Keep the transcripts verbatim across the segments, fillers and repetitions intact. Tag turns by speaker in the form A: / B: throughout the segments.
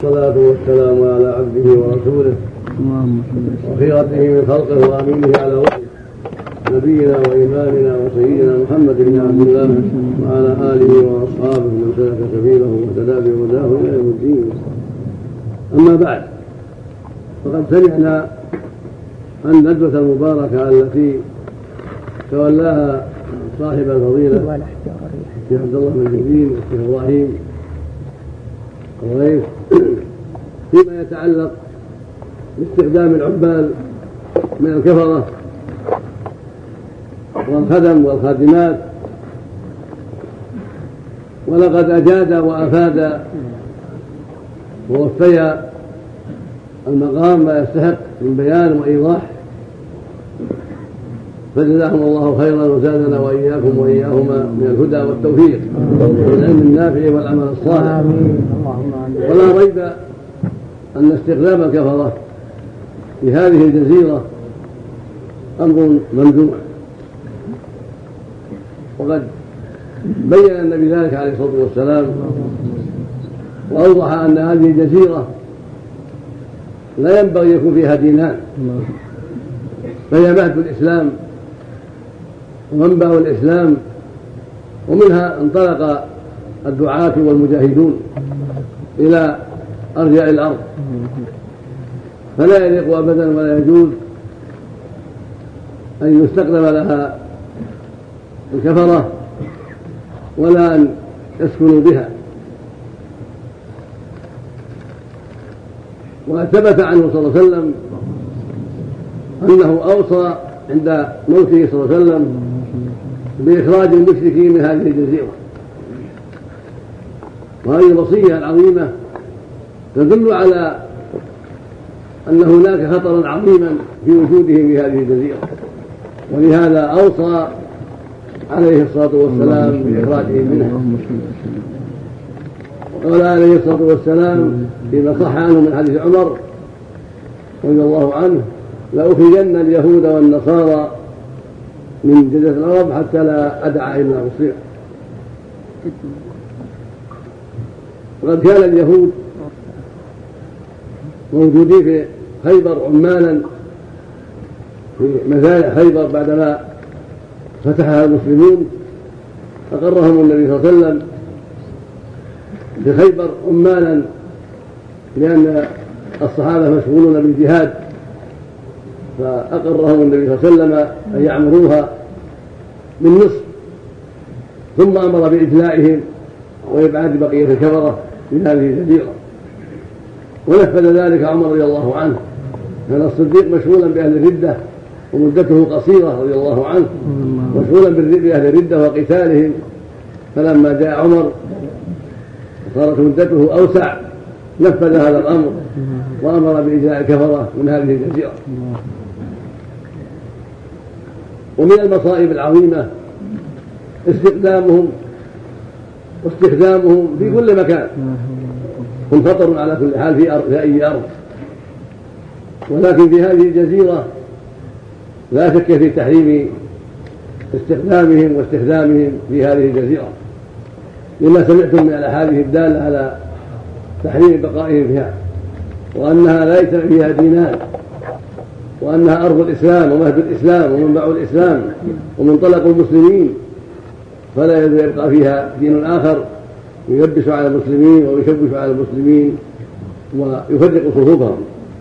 A: والصلاة والسلام على عبده ورسوله وخيرته من خلقه وأمينه على وحيه نبينا وإمامنا وسيدنا محمد بن عبد الله وعلى آله وأصحابه من سلك سبيله واهتدى بهداه إلى يوم الدين. أما بعد، فقد سمعنا عن الندوة المباركة التي تولاها صاحب الفضيلة الشيخ عبد الله بن جبريل والشيخ إبراهيم الغيث فيما يتعلق باستخدام العمال من الكفرة والخدم والخادمات. ولقد أجاد وأفاد ووفي المقام ما يستحق من بيان وإيضاح، فجزاهم الله خيرا وزادنا وإياكم وإياهما من الهدى والتوفيق والعلم النافع والعمل الصالح. ولا ريب أن استخدام الكفرة في هذه الجزيرة أمر ممدوح، وقد بين النبي ذلك عليه الصلاة والسلام وأوضح أن هذه الجزيرة لا ينبغي يكون فيها دينان، فهي مهد الإسلام ومنبع الإسلام، ومنها انطلق الدعاة والمجاهدون إلى أرجاء الأرض، فلا يليق أبدا ولا يجوز أن يستخدم لها الكفرة ولا أن يسكنوا بها. وقد ثبت عنه صلى الله عليه وسلم أنه أوصى عند موته صلى الله عليه وسلم بإخراج المشركين من هذه الجزيرة، وهذه الوصية العظيمة تدل على أن هناك خطرا عظيما في وجودهم في هذه الجزيرة، ولهذا أوصى عليه الصلاة والسلام بإخراجهم منها. وقال عليه الصلاة والسلام فيما صح عنه من حديث عمر رضي الله عنه: لأخرجن اليهود والنصارى من جزيرة العرب حتى لا أدع إلا مسلما. وقد كان اليهود موجودين في خيبر عمالا في مزارع خيبر بعدما فتحها المسلمون، أقرهم النبي صلى الله عليه وسلم في خيبر عمالا لأن الصحابة مشغولون بالجهاد، فأقرهم النبي صلى الله عليه وسلم أن يعمروها بالنصف، ثم أمر بإجلائهم وإبعاد بقية الكفرة من هذه الجزيرة، ونفذ ذلك عمر رضي الله عنه. كان الصديق مشغولا بأهل الردة ومدته قصيرة رضي الله عنه، مشغولا بأهل الردة وقتالهم، فلما جاء عمر صارت مدته أوسع نفذ هذا الأمر وأمر بإجلاء الكفرة من هذه الجزيرة. ومن المصائب العظيمة استخدامهم واستخدامهم في كل مكان، هم خطر على كل حال في, أرض في أي أرض، ولكن في هذه الجزيرة لا شك في تحريم استخدامهم واستخدامهم في هذه الجزيرة، لما سمعتم من الأحاديث الدالة على تحريم بقائهم فيها، وأنها لا يجتمع فيها دينان، وأنها أرض الإسلام ومهد الإسلام ومنبع الإسلام ومنطلق المسلمين، فلا يبقى فيها دين آخر يلبس على المسلمين ويشوش على المسلمين ويفرق صفوفهم.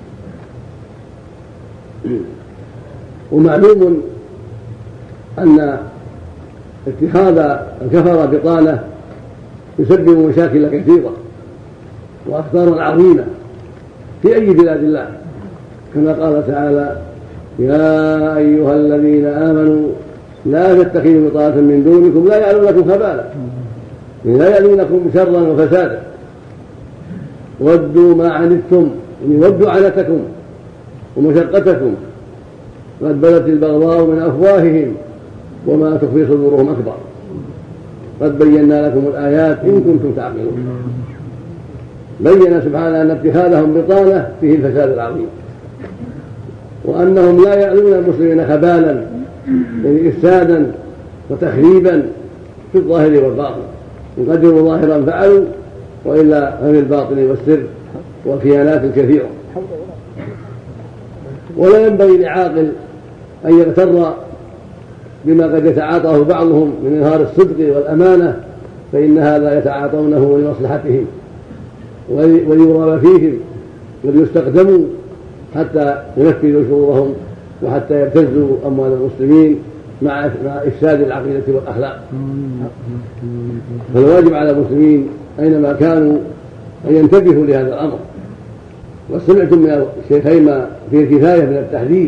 A: ومعلوم أن اتخاذ الكفرة بطانة يسبب مشاكل كثيرة وأخطارا عظيمة في أي بلاد الله، كما قال تعالى: يا أيها الذين آمنوا لا تتخذوا بطانة من دونكم لا يعلونكم خبالا، لا يعلونكم شرا وفسادا، ودوا ما عنتم، ودوا عنتكم ومشقتكم، قد بدت البغضاء من أفواههم وما تخفي صدورهم أكبر، قد بينا لكم الآيات إن كنتم تعقلون. بين سبحانه أن اتخاذهم بطانة فيه الفساد العظيم، وأنهم لا يعلون المسلمين خبالا، يعني إفسادا وتخريبا في الظاهر والباطن، إن قدروا ظاهرا فعلوا وإلا ففي الباطن والسر والخيانات الكثيرة. ولا ينبغي لعاقل أن يغتر بما قد يتعاطاه بعضهم من إظهار الصدق والأمانة، فإن هذا يتعاطونه لمصلحتهم وليرغب فيهم وليستخدموا حتى ينفذوا شرورهم وحتى يبتزوا أموال المسلمين مع إفساد العقيدة والأخلاق. فالواجب على المسلمين أينما كانوا أن ينتبهوا لهذا الأمر. وسمعتم من الشيخين ما فيه الكفاية من التحذير.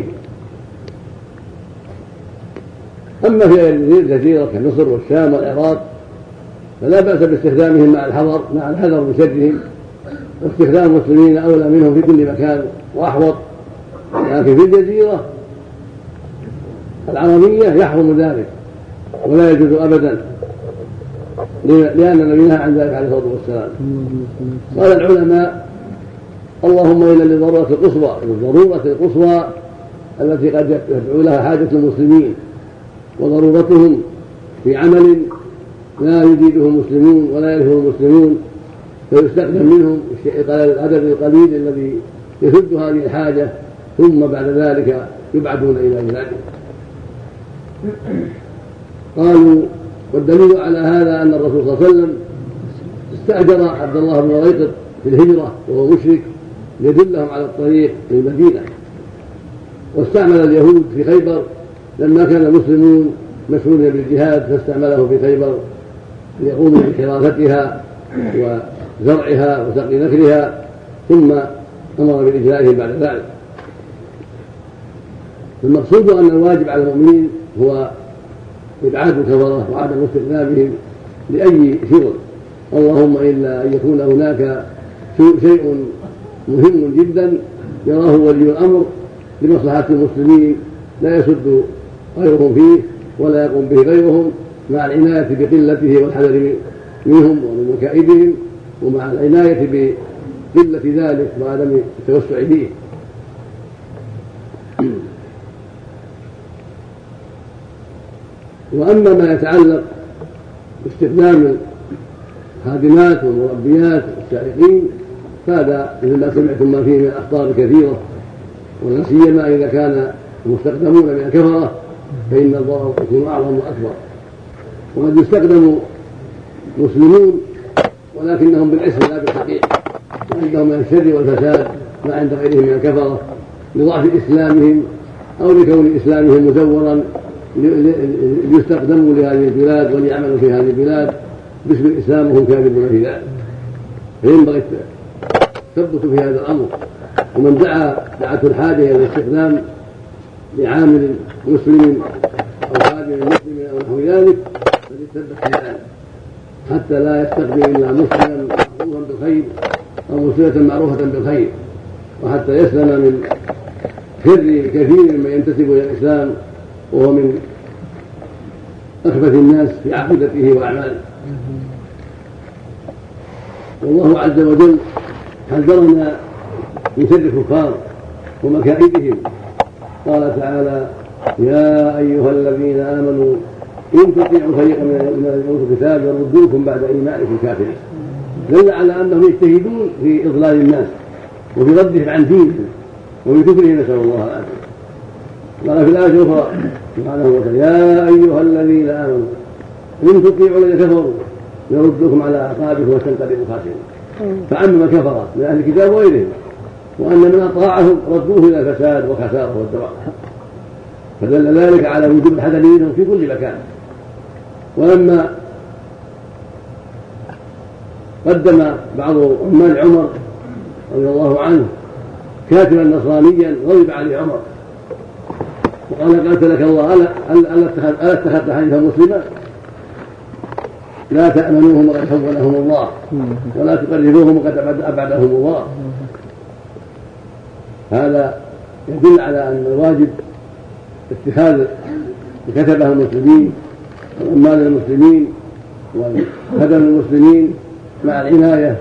A: أما في الجزيرة كمصر والشام والعراق فلا بأس باستخدامهم مع الحذر مع الحذر من شرهم، واستخدام المسلمين أولى منهم في كل مكان وأحوط. لكن في الجزيرة العربية يحرم ذلك ولا يجوز أبدا، لأن النبي نهى عن ذلك عليه الصلاة والسلام. قال العلماء: اللهم إلا للضرورة القصوى، للضرورة القصوى التي قد يدعو لها حاجة المسلمين وضرورتهم في عمل لا يجيده المسلمون ولا يلهه المسلمون، فيستخدم منهم العدد القليل الذي يسد هذه الحاجة، ثم بعد ذلك يبعدون إلى بلادهم. قالوا: والدليل على هذا أن الرسول صلى الله عليه وسلم استأجر عبد الله بن ريقط في الهجرة وهو مشرك ليدلهم على الطريق في المدينة، واستعمل اليهود في خيبر لما كان المسلمون مشغولين بالجهاد، فاستعمله في خيبر ليقوموا بحراستها وزرعها وسقي نخلها، ثم أمر بإجلائهم بعد ذلك. المقصود أن الواجب على المؤمنين هو إبعاد الكفرة وعدم استخدامهم لأي شغل، اللهم إلا أن يكون هناك شيء مهم جدا يراه ولي الأمر لمصلحة المسلمين لا يسد غيرهم فيه ولا يقوم به غيرهم، مع العناية بقلته والحذر منهم ومن مكائدهم، ومع العناية بقلة ذلك وعدم التوسع فيه. وأما ما يتعلق باستخدام الخادمات والمربيات والسائقين فهذا مثل ما سمعتم ما فيه من الأخطار الكثيرة، ولا سيما إذا كان المستخدمون من الكفرة فإن الضرر يكون أعظم وأكبر. وقد يستخدم مسلمون ولكنهم بالاسم لا بالحقيقة، وعندهم من الشر والفساد ما عند غيرهم من الكفرة لضعف إسلامهم أو لكون إسلامهم مزورا ليستخدموا لهذه البلاد وليعملوا في هذه البلاد باسم الإسلام وهم كاذبون في ذلك. فينبغي التثبت في هذا الأمر، ومن دعا دعته الحاجة إلى الاستخدام لعامل مسلم أو خادم مسلم أو نحو ذلك فليتثبت في ذلك حتى لا يستخدم إلا مسلما معروفا بالخير أو مسلمة معروفة بالخير، وحتى يسلم من شر كثير من ينتسب إلى الإسلام وهو من أخبث الناس في عقيدته وأعماله. والله عز وجل حذرنا من شر الكفار ومكائدهم. قال تعالى: يا أيها الذين آمنوا إن تطيعوا فريقا من الذين أوتوا الكتاب يردوكم بعد إيمانكم كافرين. دل على أنهم يجتهدون في إضلال الناس وفي ردهم عن دينهم وفي كفرهم، نسأل الله العافية. قال في الآية الأخرى سبحانه وتعالى: يا أيها الذين آمنوا إن تطيعوا الذين كفروا يردوكم على أعقابكم وتنقلبوا خاسرين. فعمم الكفرة من أهل الكتاب وغيرهم، وأن من أطاعهم ردوه إلى الفساد والخسارة والدمار، فدل ذلك على وجوب الحذر منهم في كل مكان. ولما قدم بعض عمال عمر رضي الله عنه كاتبا نصرانيا غضب عليه عمر وقال: قاتلك الله، ألا اتخذت حديثا مسلما؟ لا تأمنوهم وقد حولهم الله ولا تقربوهم وقد أبعدهم الله. هذا يدل على أن الواجب اتخاذ كتبه المسلمين وعمال المسلمين وخدم المسلمين مع العناية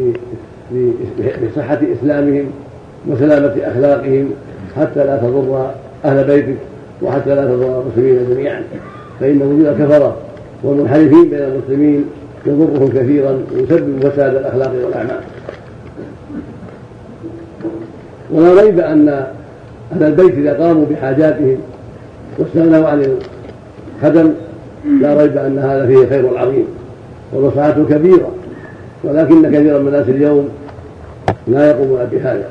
A: بصحة إسلامهم وسلامة أخلاقهم حتى لا تضر أهل بيتك وحتى لا تضر المسلمين جميعا، فإن وجود الكفرة والمنحرفين بين المسلمين يضرهم كثيرا ويسبب فساد الأخلاق والأعمال. ولا ريب أن أهل البيت إذا قاموا بحاجاتهم واستغنوا عن الخدم لا ريب أن هذا فيه خير عظيم ومصلحة كبيرة، ولكن كثيرا من الناس اليوم لا يقومون بهذا.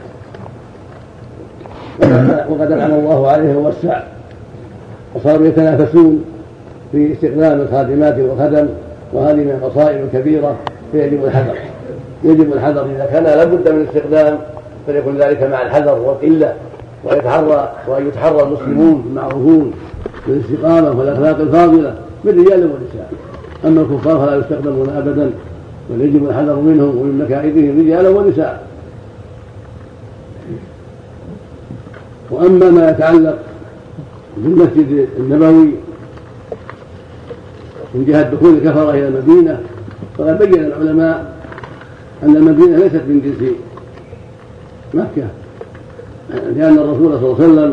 A: وقد أنعم الله عليه ووسع وصاروا يتنافسون في استخدام الخادمات والخدم، وهذه من المصائب الكبيرة، فيجب الحذر. يجب الحذر إذا كان لابد من الاستخدام فليكن ذلك مع الحذر والقلة، ويتحرى وأن يتحرى المسلمون المعروفون بالاستقامة والأخلاق الفاضلة من رجال ونساء. أما الكفار فلا يستخدمون أبدا، بل يجب الحذر منهم ومن مكائدهم رجالا ونساء. وأما ما يتعلق بالمسجد النبوي من جهة دخول الكفرة إلى المدينة، فقد بين العلماء أن المدينة ليست من جنس مكة، لأن الرسول صلى الله عليه وسلم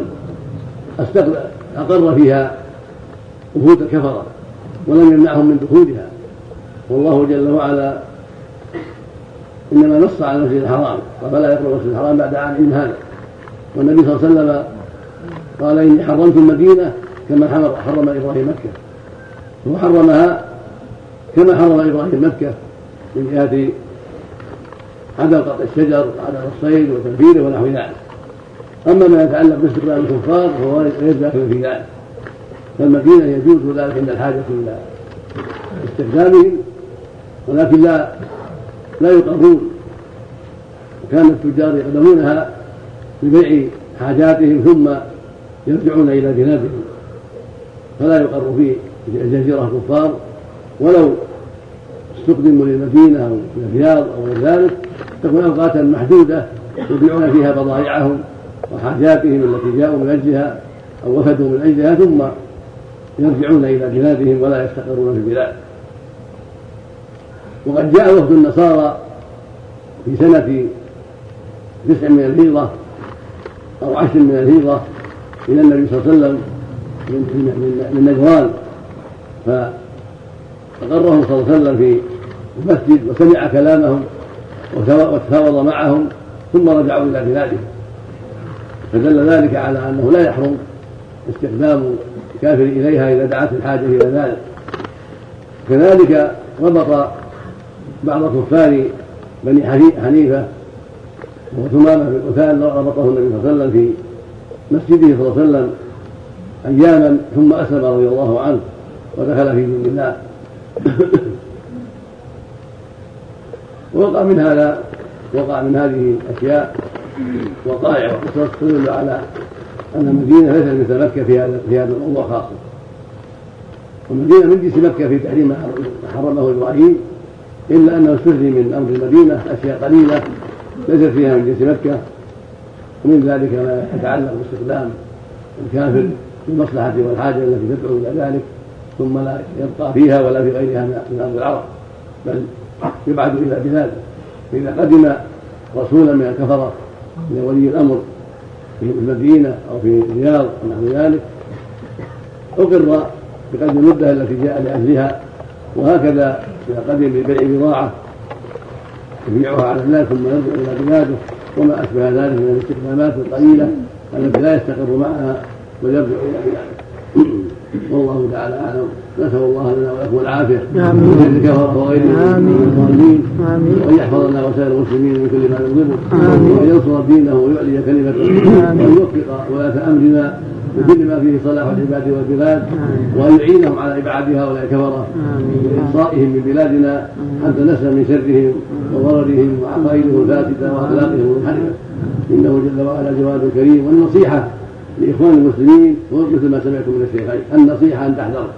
A: أقر فيها وفود الكفرة ولم يمنعهم من دخولها، والله جل وعلا إنما نص على المسجد الحرام فلا يقرب المسجد الحرام بعد عام هذا. والنبي صلى الله عليه وسلم قال إني حرمت المدينة كما حرم إبراهيم مكة، هو حرمها كما حرم إبراهيم مكة من جهة عدم قطع الشجر وعدم الصيد وتنفيذه ونحو ذلك. أما ما يتعلق باستقبال الكفار فهو غير داخل في ذلك، فالمدينة يجوز ذلك عند الحاجة إلى استخدامهم، ولكن لا لا يقرون. وكان التجار يقدمونها لبيع حاجاتهم ثم يرجعون إلى بلادهم، فلا يقر في الجزيرة الكفار ولو استخدموا للمدينة أو الرياض أو غير ذلك، تكون أوقاتا محدودة يبيعون فيها بضائعهم وحاجاتهم التي جاءوا من أجلها أو وفدوا من أجلها، ثم يرجعون إلى بلادهم ولا يستقرون في البلاد. وقد جاء وفد النصارى في سنة تسع من الهجرة أو عشر من الهجرة إلى النبي صلى الله عليه وسلم من نجران، فأقرهم صلى الله عليه وسلم في المسجد وسمع كلامهم وتفاوض معهم ثم رجعوا إلى بلادهم، فدل ذلك على أنه لا يحرم استخدام الكافر إليها إذا دعت الحاجة إلى ذلك. كذلك ربط بعض كفار بني حنيفة وثمامة بن أثال ربطه النبي صلى الله عليه وسلم في مسجده صلى الله عليه وسلم أياما ثم أسلم رضي الله عنه ودخل في دين الله. ووقع من هذا وقع من هذه الأشياء وقائع وقصص تدل على أن المدينة ليست مثل مكة في هذا في هذا الموضوع خاصة. والمدينة من جنس مكة في تحريم ما حرمه إبراهيم، إلا أنه استثني من أمر المدينة أشياء قليلة ليست فيها من جنس مكة، ومن ذلك ما يتعلق باستخدام الكافر في المصلحة والحاجة التي تدعو إلى ذلك، ثم لا يبقى فيها ولا في غيرها من أرض العرب، بل يبعد إلى بلاده. فإذا قدم رسولا من الكفرة من ولي الأمر في المدينة أو في الرياض ونحو ذلك أقر بقدر المدة التي جاء لأجلها، وهكذا إذا قدم ببيع بضاعة يبيعها على الناس ثم يرجع إلى بلاده وما أشبه ذلك من الاستخدامات القليلة التي لا يستقر معها ويرجع إلى بلاده. والله تعالى أعلم. نسأل الله لنا ولكم العافية من الكفرة وغيرهم من الظالمين، وأن يحفظنا وسائر المسلمين من كل ما يضره، وأن ينصر دينه ويعلي كلمته، وأن يوفق ولاة أمرنا بكل ما فيه صلاح العباد والبلاد، وأن يعينهم على إبعاد هؤلاء الكفرة وإحصائهم من بلادنا حتى نسلم من شرهم وضررهم وعقائدهم الفاسدة وأخلاقهم المنحرفة، إنه جل وعلا جواد كريم. والنصيحة لإخوان المسلمين مثل ما سمعتم من الشيخين، النصيحة أن تحذر.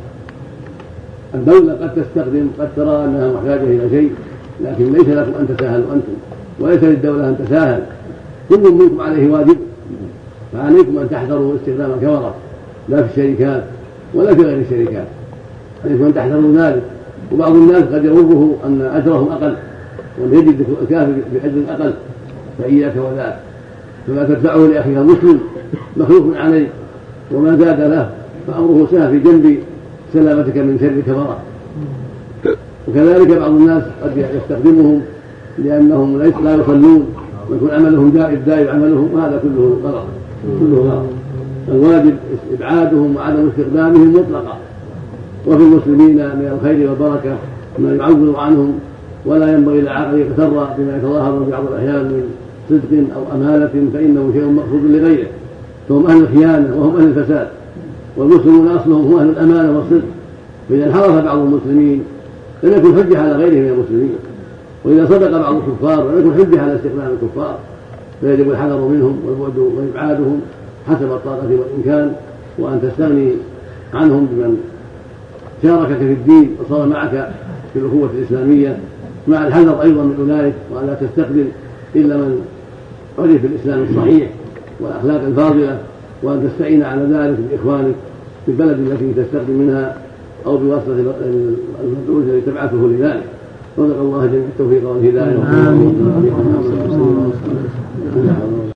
A: الدولة قد تستخدم قد ترى أنها محتاجة إلى شيء، لكن ليس لكم أن تساهلوا أنتم، وليس للدولة أن تساهل، كل منكم عليه واجب، فعليكم أن تحذروا استخدام الكفرة لا في الشركات ولا في غير الشركات، عليكم أن تحذروا ذلك. وبعض الناس قد يغره أن أجرهم أقل وأن يجد الكافر بأجر أقل، فإياك وذاك، فما تدفعه لأخيك المسلم مخلوق عليه وما زاد له فأمره سهل في جنب سلامتك من شر الكفرة. وكذلك بعض الناس قد يستخدمهم لأنهم لا يصلون ويكون عملهم دائب دائب عملهم، وهذا كله غلط كله غلط. الواجب إبعادهم وعدم استخدامهم مطلقا. وفي المسلمين من الخير والبركة ما يعوض عنهم، ولا ينبغي للعاقل يغتر بما يتظاهر في بعض الأحيان من صدق أو أمانة، فإنه شيء مقصود لغيره، فهم أهل الخيانة وهم أهل الفساد، والمسلمون أصلهم هم أهل الأمانة والصدق. فإذا انحرف بعض المسلمين لم يكن حجة على غيره من المسلمين، وإذا صدق بعض الكفار لم يكن حجة على استخدام الكفار، فيجب الحذر منهم والبعد وإبعادهم حسب الطاقة والإمكان، وأن تستغني عنهم بمن شاركك في الدين وصار معك في الأخوة الإسلامية، مع الحذر أيضا من أولئك، وأن لا تستخدم إلا من عرف بالإسلام الصحيح والأخلاق الفاضلة، وأن تستعين على ذلك بإخوانك في البلد التي تستخدم منها أو بواسطة المدعوة الذي تبعثه لذلك. رزق الله جميع التوفيق والهداية.